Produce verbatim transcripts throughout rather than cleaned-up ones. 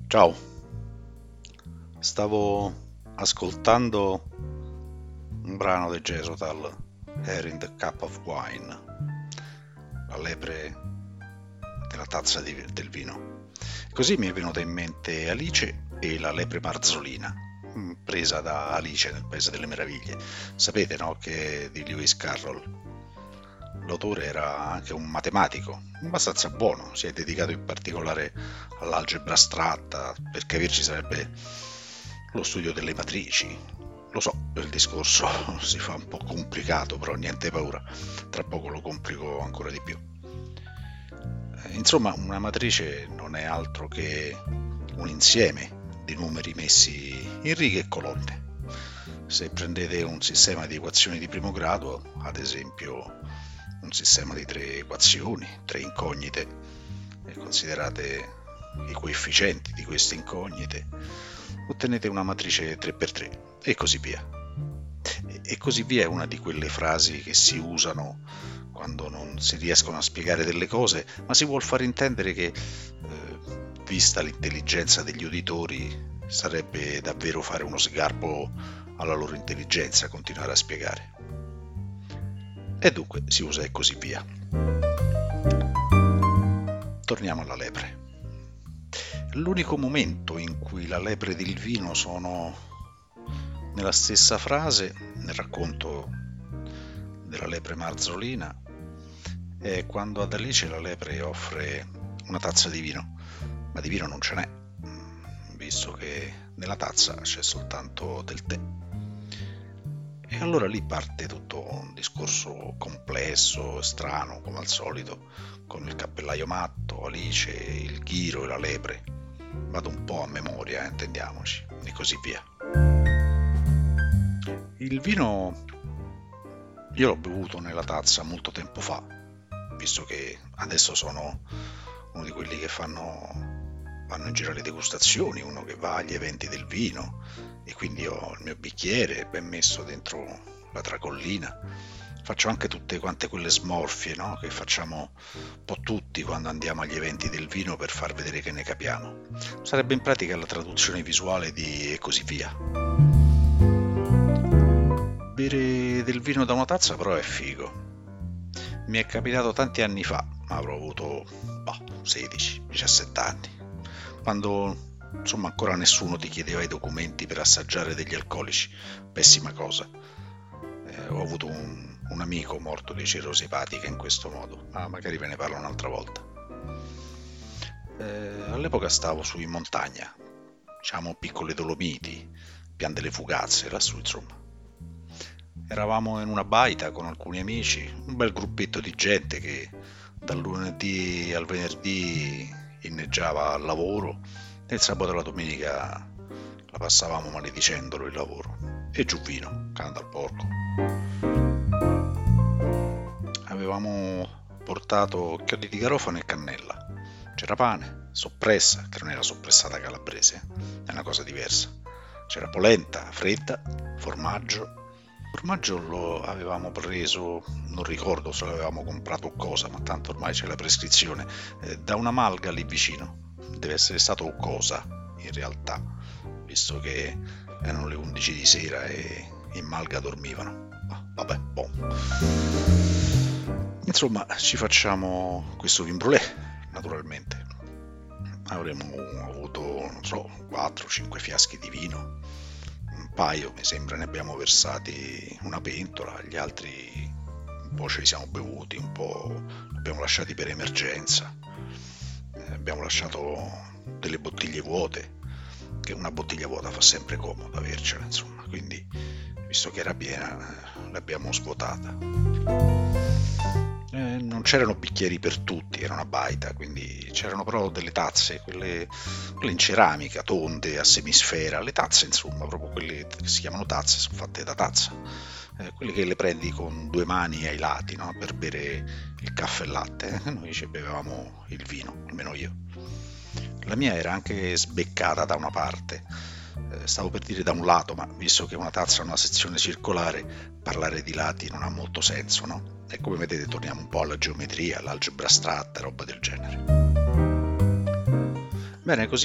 Ciao, stavo ascoltando un brano di Jethro Tull, Hair in the Cup of Wine, la lepre della tazza di- del vino. Così mi è venuta in mente Alice e la lepre marzolina, mm, presa da Alice nel Paese delle Meraviglie. Sapete, no, che è di Lewis Carroll. L'autore era anche un matematico, abbastanza buono, si è dedicato in particolare all'algebra astratta, per capirci sarebbe lo studio delle matrici. Lo so, il discorso si fa un po' complicato, però niente paura, tra poco lo complico ancora di più. Eh, Insomma, una matrice non è altro che un insieme di numeri messi in righe e colonne. Se prendete un sistema di equazioni di primo grado, ad esempio un sistema di tre equazioni, tre incognite, e considerate i coefficienti di queste incognite, ottenete una matrice tre per tre e così via. E così via è una di quelle frasi che si usano quando non si riescono a spiegare delle cose, ma si vuol far intendere che, eh, vista l'intelligenza degli uditori, sarebbe davvero fare uno sgarbo alla loro intelligenza continuare a spiegare. E dunque si usa e così via. Torniamo alla lepre. L'unico momento in cui la lepre ed il vino sono nella stessa frase, nel racconto della lepre marzolina, è quando ad Alice la lepre offre una tazza di vino, ma di vino non ce n'è, visto che nella tazza c'è soltanto del tè. E allora lì parte tutto un discorso complesso, strano, come al solito, con il cappellaio matto, Alice, il ghiro e la lepre. Vado un po' a memoria, eh, intendiamoci, e così via. Il vino io l'ho bevuto nella tazza molto tempo fa, visto che adesso sono uno di quelli che fanno vanno in giro alle degustazioni, uno che va agli eventi del vino, e quindi ho il mio bicchiere ben messo dentro la tracollina. Faccio anche tutte quante quelle smorfie, no? Che facciamo un po' tutti quando andiamo agli eventi del vino per far vedere che ne capiamo. Sarebbe in pratica la traduzione visuale di e così via. Bere del vino da una tazza però è figo. Mi è capitato tanti anni fa, ma avrò avuto boh, sedici diciassette anni, quando insomma ancora nessuno ti chiedeva i documenti per assaggiare degli alcolici. Pessima cosa. Eh, ho avuto un, un amico morto di cirrosi epatica in questo modo, ma magari ve ne parlo un'altra volta. Eh, all'epoca stavo su in montagna, diciamo piccole Dolomiti, Pian delle Fugazze, lassù insomma. Eravamo in una baita con alcuni amici, un bel gruppetto di gente che dal lunedì al venerdì inneggiava al lavoro e il sabato e la domenica la passavamo maledicendolo il lavoro. E giù vino, canna dal porco. Avevamo portato chiodi di garofano e cannella. C'era pane, soppressa, che non era soppressata calabrese, è una cosa diversa. C'era polenta, fredda, formaggio. Il formaggio lo avevamo preso, non ricordo se l'avevamo comprato o cosa, ma tanto ormai c'è la prescrizione, eh, da una malga lì vicino. Deve essere stato cosa, in realtà, visto che erano le undici di sera e in malga dormivano. Ah, vabbè, boh. Insomma, ci facciamo questo vin brûlé, naturalmente. Avremmo avuto, non so, quattro cinque fiaschi di vino. Un paio, mi sembra, ne abbiamo versati una pentola, gli altri un po' ce li siamo bevuti, un po' li abbiamo lasciati per emergenza. Eh, abbiamo lasciato delle bottiglie vuote, che una bottiglia vuota fa sempre comodo avercela, insomma, quindi visto che era piena l'abbiamo svuotata. Eh, non c'erano bicchieri per tutti, era una baita, quindi c'erano però delle tazze, quelle, quelle in ceramica, tonde, a semisfera, le tazze insomma, proprio quelle che si chiamano tazze, sono fatte da tazza, eh, quelle che le prendi con due mani ai lati, no? Per bere il caffè e latte. Eh? Noi ci bevevamo il vino, almeno io. La mia era anche sbeccata da una parte, eh, stavo per dire da un lato, ma visto che una tazza ha una sezione circolare, parlare di lati non ha molto senso, no? E come vedete torniamo un po' alla geometria, all'algebra astratta, roba del genere. Bene, così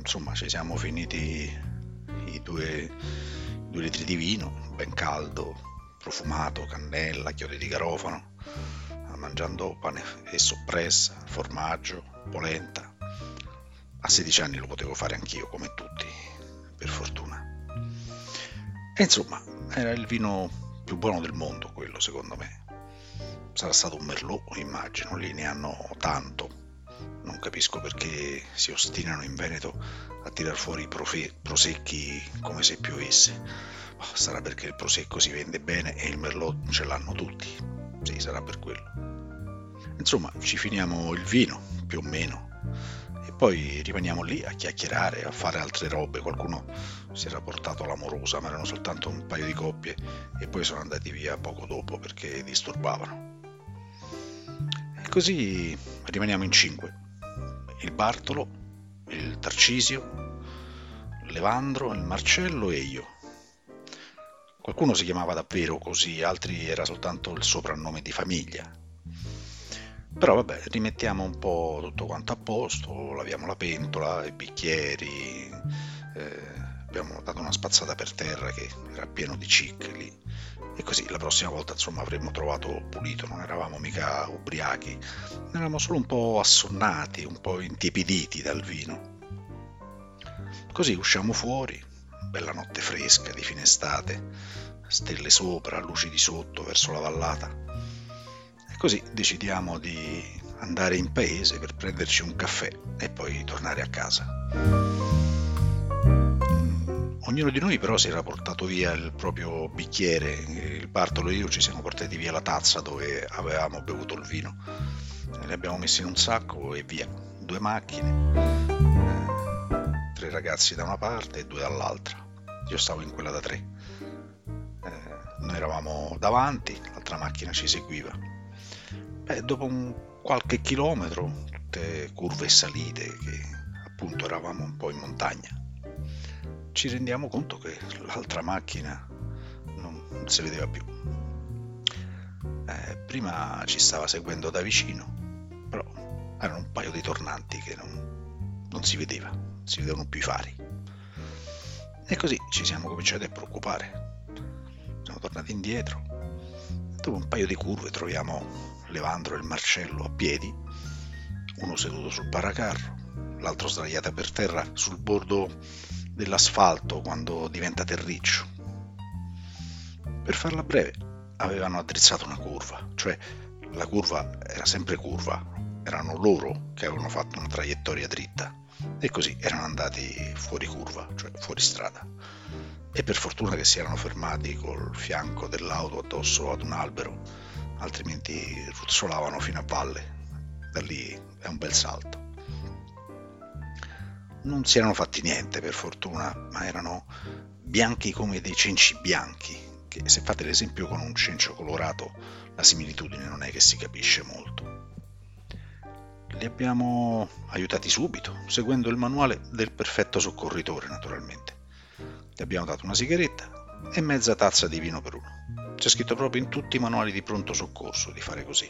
insomma ci siamo finiti i due, due litri di vino, ben caldo, profumato, cannella, chiodi di garofano, mangiando pane e soppressa, formaggio, polenta. A sedici anni lo potevo fare anch'io, come tutti, per fortuna. E insomma, era il vino più buono del mondo, quello, secondo me. Sarà stato un Merlot, immagino, lì ne hanno tanto. Non capisco perché si ostinano in Veneto a tirar fuori i profe- prosecchi come se piovesse. Oh, sarà perché il prosecco si vende bene e il Merlot ce l'hanno tutti. Sì, sarà per quello. Insomma, ci finiamo il vino, più o meno, e poi rimaniamo lì a chiacchierare, a fare altre robe. Qualcuno si era portato l'amorosa, ma erano soltanto un paio di coppie, e poi sono andati via poco dopo perché disturbavano. E così rimaniamo in cinque. Il Bartolo, il Tarcisio, Levandro, il Marcello e io. Qualcuno si chiamava davvero così, altri era soltanto il soprannome di famiglia. Però vabbè, rimettiamo un po' tutto quanto a posto, laviamo la pentola, i bicchieri, eh, abbiamo dato una spazzata per terra che era pieno di cic lì, e così la prossima volta insomma avremmo trovato pulito, non eravamo mica ubriachi, eravamo solo un po' assonnati, un po' intiepiditi dal vino. Così usciamo fuori, bella notte fresca di fine estate, stelle sopra, luci di sotto verso la vallata, e così decidiamo di andare in paese per prenderci un caffè e poi tornare a casa. Ognuno di noi però si era portato via il proprio bicchiere, il Bartolo e io ci siamo portati via la tazza dove avevamo bevuto il vino, li abbiamo messi in un sacco e via, due macchine, eh, tre ragazzi da una parte e due dall'altra. Io stavo in quella da tre, eh, noi eravamo davanti, l'altra macchina ci seguiva. Beh, dopo un qualche chilometro, tutte curve e salite, che appunto eravamo un po' in montagna, ci rendiamo conto che l'altra macchina non, non si vedeva più. Eh, prima ci stava seguendo da vicino, però erano un paio di tornanti che non, non si vedeva, non si vedevano più i fari. E così ci siamo cominciati a preoccupare. Siamo tornati indietro. Dopo un paio di curve troviamo Levandro e il Marcello a piedi, uno seduto sul paracarro, l'altro sdraiato per terra sul bordo dell'asfalto quando diventa terriccio. Per farla breve, avevano addrizzato una curva, cioè la curva era sempre curva, erano loro che avevano fatto una traiettoria dritta e così erano andati fuori curva, cioè fuori strada. E per fortuna che si erano fermati col fianco dell'auto addosso ad un albero, altrimenti ruzzolavano fino a valle. Da lì è un bel salto. Non si erano fatti niente per fortuna, ma erano bianchi come dei cenci bianchi, che se fate l'esempio con un cencio colorato la similitudine non è che si capisce molto. Li abbiamo aiutati subito, seguendo il manuale del perfetto soccorritore naturalmente. Gli abbiamo dato una sigaretta e mezza tazza di vino per uno. C'è scritto proprio in tutti i manuali di pronto soccorso di fare così.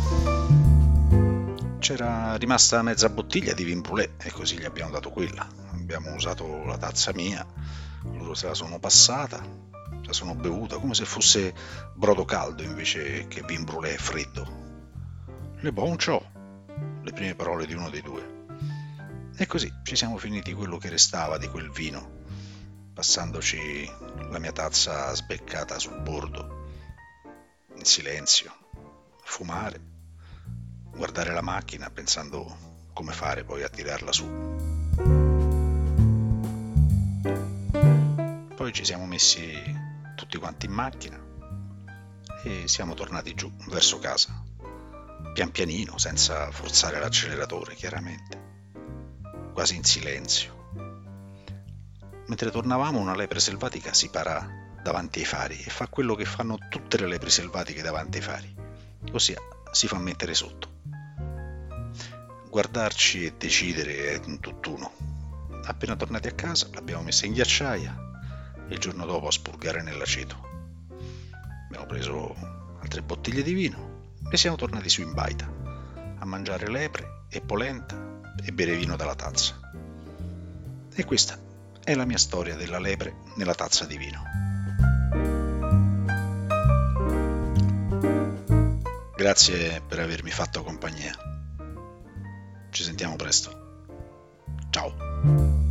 C'era rimasta mezza bottiglia di vin brûlé e così gli abbiamo dato quella. Abbiamo usato la tazza mia, loro se la sono passata, se la sono bevuta come se fosse brodo caldo invece che vin brûlé freddo. Le bon ciò, le prime parole di uno dei due. E così ci siamo finiti quello che restava di quel vino, passandoci la mia tazza sbeccata sul bordo, in silenzio, a fumare, guardare la macchina pensando come fare poi a tirarla su. Poi ci siamo messi tutti quanti in macchina e siamo tornati giù verso casa, pian pianino, senza forzare l'acceleratore chiaramente, quasi in silenzio. Mentre tornavamo una lepre selvatica si para davanti ai fari e fa quello che fanno tutte le lepri selvatiche davanti ai fari, ossia si fa mettere sotto. Guardarci e decidere è un tutt'uno. Appena tornati a casa l'abbiamo messa in ghiacciaia e il giorno dopo a spurgare nell'aceto. Abbiamo preso altre bottiglie di vino e siamo tornati su in baita a mangiare lepre e polenta e bere vino dalla tazza. E questa è la mia storia della lepre nella tazza di vino. Grazie per avermi fatto compagnia. Ci sentiamo presto. Ciao.